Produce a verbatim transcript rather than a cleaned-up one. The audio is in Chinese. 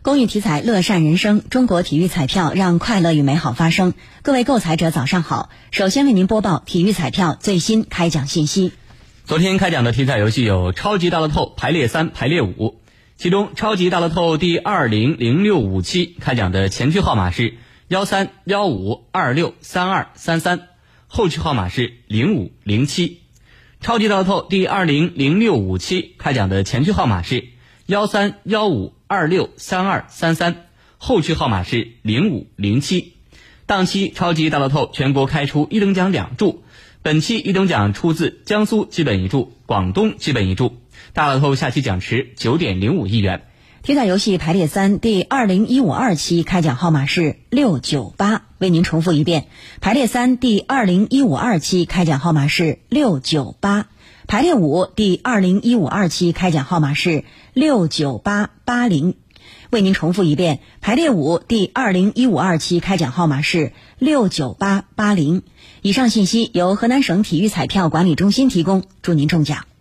公益体彩乐善人生，中国体育彩票让快乐与美好发生。各位购彩者早上好，首先为您播报体育彩票最新开奖信息。 昨天开奖的体彩游戏有超级大乐透排列三、排列五，其中超级大乐透第二零零六五七开奖的前区号码是幺三幺五二六三二三三，后区号码是零五零七。超级大乐透第二零零六五七开奖的前区号码是幺三幺五二六三二三三，后区号码是零五零七。当期超级大乐透全国开出一等奖两注，本期一等奖出自江苏基本一注、广东基本一注。大乐透下期奖池 九点零五亿元。 体彩游戏排列三第二零一五二期开奖号码是六九八，为您重复一遍。排列三第二零一五二期开奖号码是六九八。排列五第二零一五二期开奖号码是六九八八零，为您重复一遍。排列五第二零一五二期开奖号码是六九八八零。以上信息由河南省体育彩票管理中心提供，祝您中奖。